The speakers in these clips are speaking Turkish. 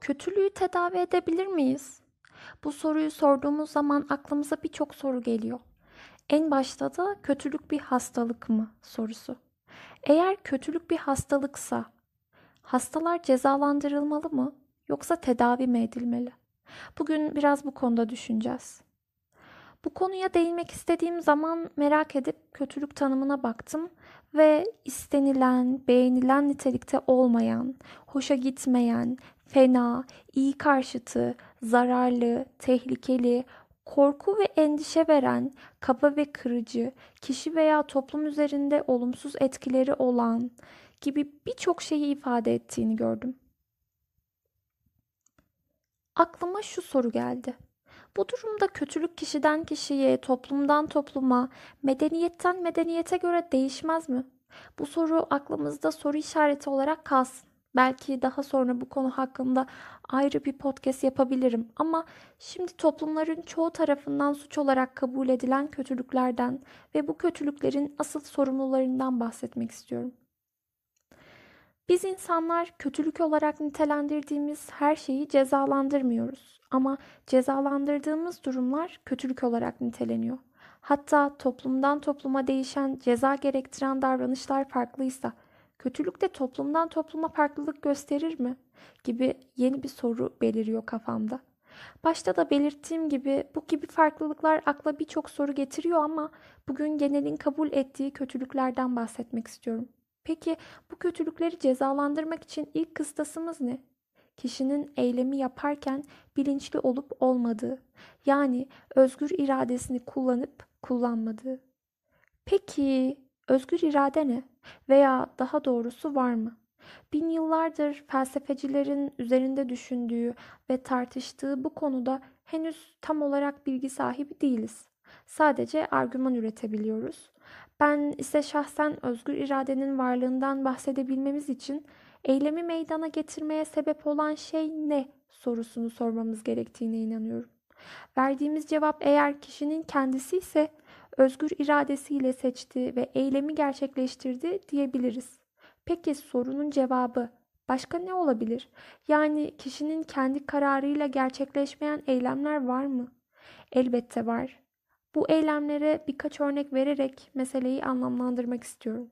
Kötülüğü tedavi edebilir miyiz? Bu soruyu sorduğumuz zaman aklımıza birçok soru geliyor. En başta da kötülük bir hastalık mı sorusu. Eğer kötülük bir hastalıksa, hastalar cezalandırılmalı mı yoksa tedavi mi edilmeli? Bugün biraz bu konuda düşüneceğiz. Bu konuya değinmek istediğim zaman merak edip kötülük tanımına baktım ve istenilen, beğenilen nitelikte olmayan, hoşa gitmeyen, fena, iyi karşıtı, zararlı, tehlikeli, korku ve endişe veren, kaba ve kırıcı, kişi veya toplum üzerinde olumsuz etkileri olan gibi birçok şeyi ifade ettiğini gördüm. Aklıma şu soru geldi. Bu durumda kötülük kişiden kişiye, toplumdan topluma, medeniyetten medeniyete göre değişmez mi? Bu soru aklımızda soru işareti olarak kalsın. Belki daha sonra bu konu hakkında ayrı bir podcast yapabilirim ama şimdi toplumların çoğu tarafından suç olarak kabul edilen kötülüklerden ve bu kötülüklerin asıl sorumlularından bahsetmek istiyorum. Biz insanlar kötülük olarak nitelendirdiğimiz her şeyi cezalandırmıyoruz. Ama cezalandırdığımız durumlar kötülük olarak niteleniyor. Hatta toplumdan topluma değişen ceza gerektiren davranışlar farklıysa, kötülük de toplumdan topluma farklılık gösterir mi? Gibi yeni bir soru beliriyor kafamda. Başta da belirttiğim gibi bu gibi farklılıklar akla birçok soru getiriyor ama bugün genelin kabul ettiği kötülüklerden bahsetmek istiyorum. Peki bu kötülükleri cezalandırmak için ilk kıstasımız ne? Kişinin eylemi yaparken bilinçli olup olmadığı, yani özgür iradesini kullanıp kullanmadığı. Peki özgür irade ne? Veya daha doğrusu var mı? Bin yıllardır felsefecilerin üzerinde düşündüğü ve tartıştığı bu konuda henüz tam olarak bilgi sahibi değiliz. Sadece argüman üretebiliyoruz. Ben ise şahsen özgür iradenin varlığından bahsedebilmemiz için eylemi meydana getirmeye sebep olan şey ne sorusunu sormamız gerektiğine inanıyorum. Verdiğimiz cevap eğer kişinin kendisi ise özgür iradesiyle seçti ve eylemi gerçekleştirdi diyebiliriz. Peki sorunun cevabı başka ne olabilir? Yani kişinin kendi kararıyla gerçekleşmeyen eylemler var mı? Elbette var. Bu eylemlere birkaç örnek vererek meseleyi anlamlandırmak istiyorum.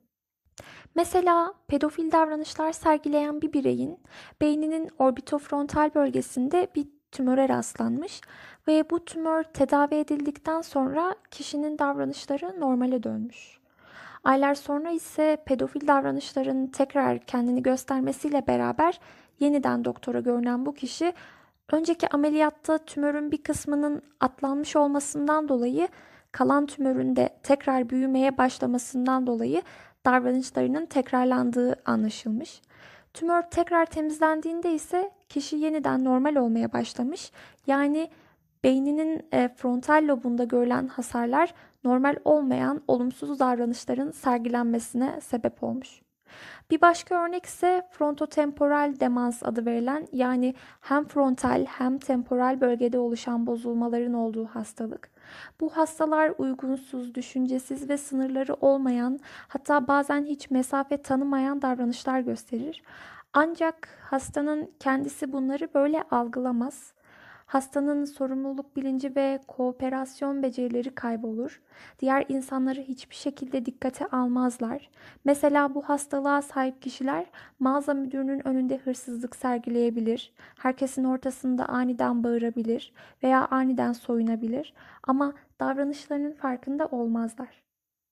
Mesela pedofil davranışlar sergileyen bir bireyin beyninin orbitofrontal bölgesinde bir tümöre rastlanmış ve bu tümör tedavi edildikten sonra kişinin davranışları normale dönmüş. Aylar sonra ise pedofil davranışların tekrar kendini göstermesiyle beraber yeniden doktora görünen bu kişi önceki ameliyatta tümörün bir kısmının atlanmış olmasından dolayı kalan tümörün de tekrar büyümeye başlamasından dolayı davranışlarının tekrarlandığı anlaşılmış. Tümör tekrar temizlendiğinde ise kişi yeniden normal olmaya başlamış. Yani beyninin frontal lobunda görülen hasarlar normal olmayan olumsuz davranışların sergilenmesine sebep olmuş. Bir başka örnek ise frontotemporal demans adı verilen yani hem frontal hem temporal bölgede oluşan bozulmaların olduğu hastalık. Bu hastalar uygunsuz, düşüncesiz ve sınırları olmayan, hatta bazen hiç mesafe tanımayan davranışlar gösterir. Ancak hastanın kendisi bunları böyle algılamaz. Hastanın sorumluluk bilinci ve kooperasyon becerileri kaybolur. Diğer insanları hiçbir şekilde dikkate almazlar. Mesela bu hastalığa sahip kişiler mağaza müdürünün önünde hırsızlık sergileyebilir, herkesin ortasında aniden bağırabilir veya aniden soyunabilir ama davranışlarının farkında olmazlar.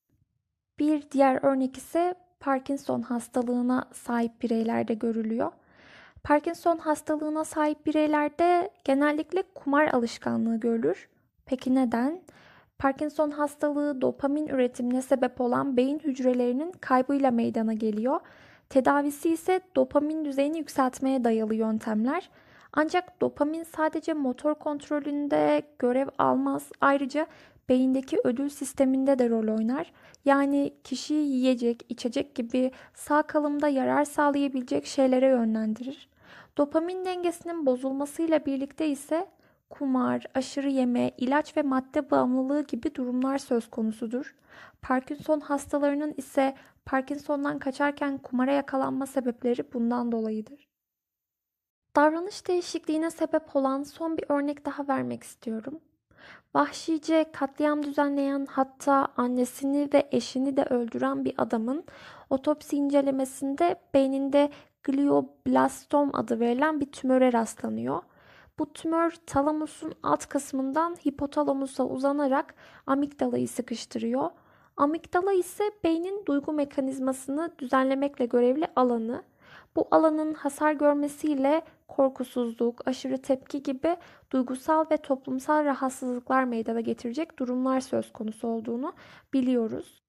Bir diğer örnek ise Parkinson hastalığına sahip bireylerde görülüyor. Parkinson hastalığına sahip bireylerde genellikle kumar alışkanlığı görülür. Peki neden? Parkinson hastalığı dopamin üretimine sebep olan beyin hücrelerinin kaybıyla meydana geliyor. Tedavisi ise dopamin düzeyini yükseltmeye dayalı yöntemler. Ancak dopamin sadece motor kontrolünde görev almaz. Ayrıca beyindeki ödül sisteminde de rol oynar. Yani kişiyi yiyecek, içecek gibi sağ kalımda yarar sağlayabilecek şeylere yönlendirir. Dopamin dengesinin bozulmasıyla birlikte ise kumar, aşırı yeme, ilaç ve madde bağımlılığı gibi durumlar söz konusudur. Parkinson hastalarının ise Parkinson'dan kaçarken kumara yakalanma sebepleri bundan dolayıdır. Davranış değişikliğine sebep olan son bir örnek daha vermek istiyorum. Vahşice katliam düzenleyen, hatta annesini ve eşini de öldüren bir adamın otopsi incelemesinde beyninde glioblastom adı verilen bir tümöre rastlanıyor. Bu tümör talamusun alt kısmından hipotalamusa uzanarak amigdalayı sıkıştırıyor. Amigdala ise beynin duygu mekanizmasını düzenlemekle görevli alanı. Bu alanın hasar görmesiyle korkusuzluk, aşırı tepki gibi duygusal ve toplumsal rahatsızlıklar meydana getirecek durumlar söz konusu olduğunu biliyoruz.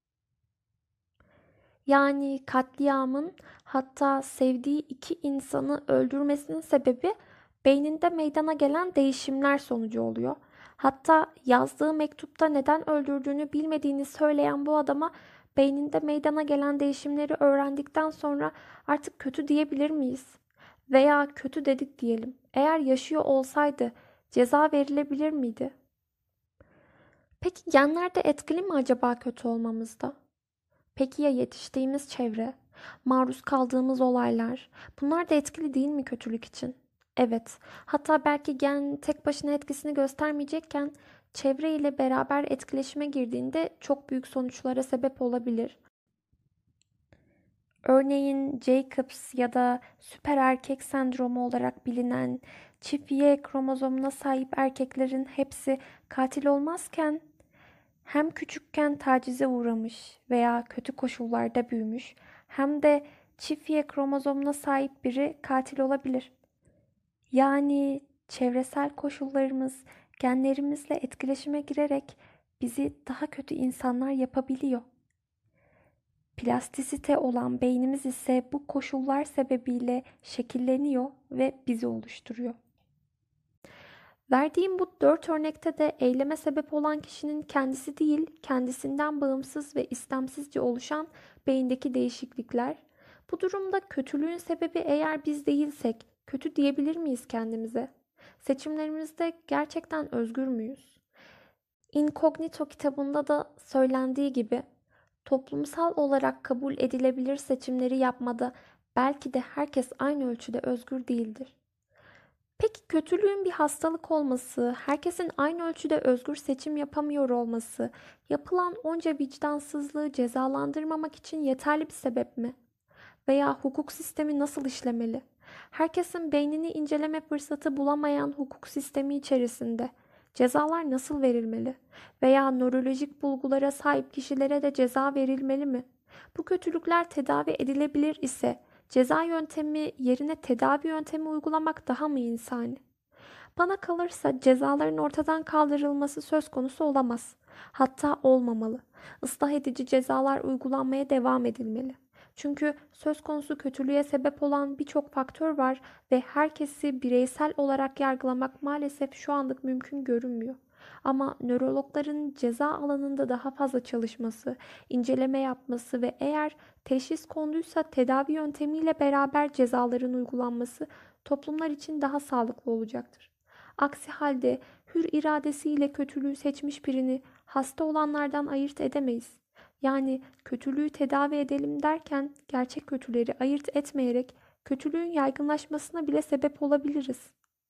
Yani katliamın, hatta sevdiği iki insanı öldürmesinin sebebi beyninde meydana gelen değişimler sonucu oluyor. Hatta yazdığı mektupta neden öldürdüğünü bilmediğini söyleyen bu adama beyninde meydana gelen değişimleri öğrendikten sonra artık kötü diyebilir miyiz? Veya kötü dedik diyelim. Eğer yaşıyor olsaydı ceza verilebilir miydi? Peki genler de etkili mi acaba kötü olmamızda? Peki ya yetiştiğimiz çevre, maruz kaldığımız olaylar, bunlar da etkili değil mi kötülük için? Evet, hatta belki gen tek başına etkisini göstermeyecekken çevre ile beraber etkileşime girdiğinde çok büyük sonuçlara sebep olabilir. Örneğin Jacobs ya da süper erkek sendromu olarak bilinen çift Y kromozomuna sahip erkeklerin hepsi katil olmazken hem küçükken tacize uğramış veya kötü koşullarda büyümüş hem de çift Y kromozomuna sahip biri katil olabilir. Yani çevresel koşullarımız genlerimizle etkileşime girerek bizi daha kötü insanlar yapabiliyor. Plastisite olan beynimiz ise bu koşullar sebebiyle şekilleniyor ve bizi oluşturuyor. Verdiğim bu 4 örnekte de eyleme sebep olan kişinin kendisi değil, kendisinden bağımsız ve istemsizce oluşan beyindeki değişiklikler. Bu durumda kötülüğün sebebi eğer biz değilsek, kötü diyebilir miyiz kendimize? Seçimlerimizde gerçekten özgür müyüz? Incognito kitabında da söylendiği gibi, toplumsal olarak kabul edilebilir seçimleri yapmada belki de herkes aynı ölçüde özgür değildir. Peki kötülüğün bir hastalık olması, herkesin aynı ölçüde özgür seçim yapamıyor olması, yapılan onca vicdansızlığı cezalandırmamak için yeterli bir sebep mi? Veya hukuk sistemi nasıl işlemeli? Herkesin beynini inceleme fırsatı bulamayan hukuk sistemi içerisinde cezalar nasıl verilmeli? Veya nörolojik bulgulara sahip kişilere de ceza verilmeli mi? Bu kötülükler tedavi edilebilir ise ceza yöntemi yerine tedavi yöntemi uygulamak daha mı insani? Bana kalırsa cezaların ortadan kaldırılması söz konusu olamaz. Hatta olmamalı. Islah edici cezalar uygulanmaya devam edilmeli. Çünkü söz konusu kötülüğe sebep olan birçok faktör var ve herkesi bireysel olarak yargılamak maalesef şu anlık mümkün görünmüyor. Ama nörologların ceza alanında daha fazla çalışması, inceleme yapması ve eğer teşhis konduysa tedavi yöntemiyle beraber cezaların uygulanması toplumlar için daha sağlıklı olacaktır. Aksi halde hür iradesiyle kötülüğü seçmiş birini hasta olanlardan ayırt edemeyiz. Yani kötülüğü tedavi edelim derken gerçek kötüleri ayırt etmeyerek kötülüğün yaygınlaşmasına bile sebep olabiliriz.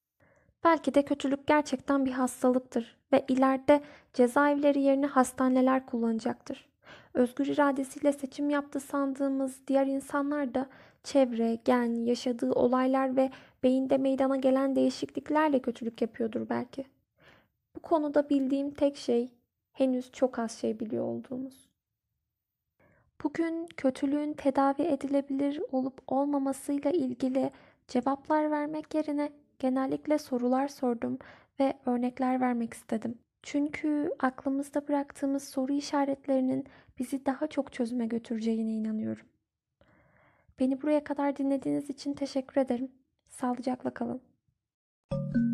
Belki de kötülük gerçekten bir hastalıktır ve ileride cezaevleri yerine hastaneler kullanacaktır. Özgür iradesiyle seçim yaptı sandığımız diğer insanlar da çevre, gen, yaşadığı olaylar ve beyinde meydana gelen değişikliklerle kötülük yapıyordur belki. Bu konuda bildiğim tek şey henüz çok az şey biliyor olduğumuz. Bugün kötülüğün tedavi edilebilir olup olmamasıyla ilgili cevaplar vermek yerine genellikle sorular sordum ve örnekler vermek istedim. Çünkü aklımızda bıraktığımız soru işaretlerinin bizi daha çok çözüme götüreceğine inanıyorum. Beni buraya kadar dinlediğiniz için teşekkür ederim. Sağlıcakla kalın.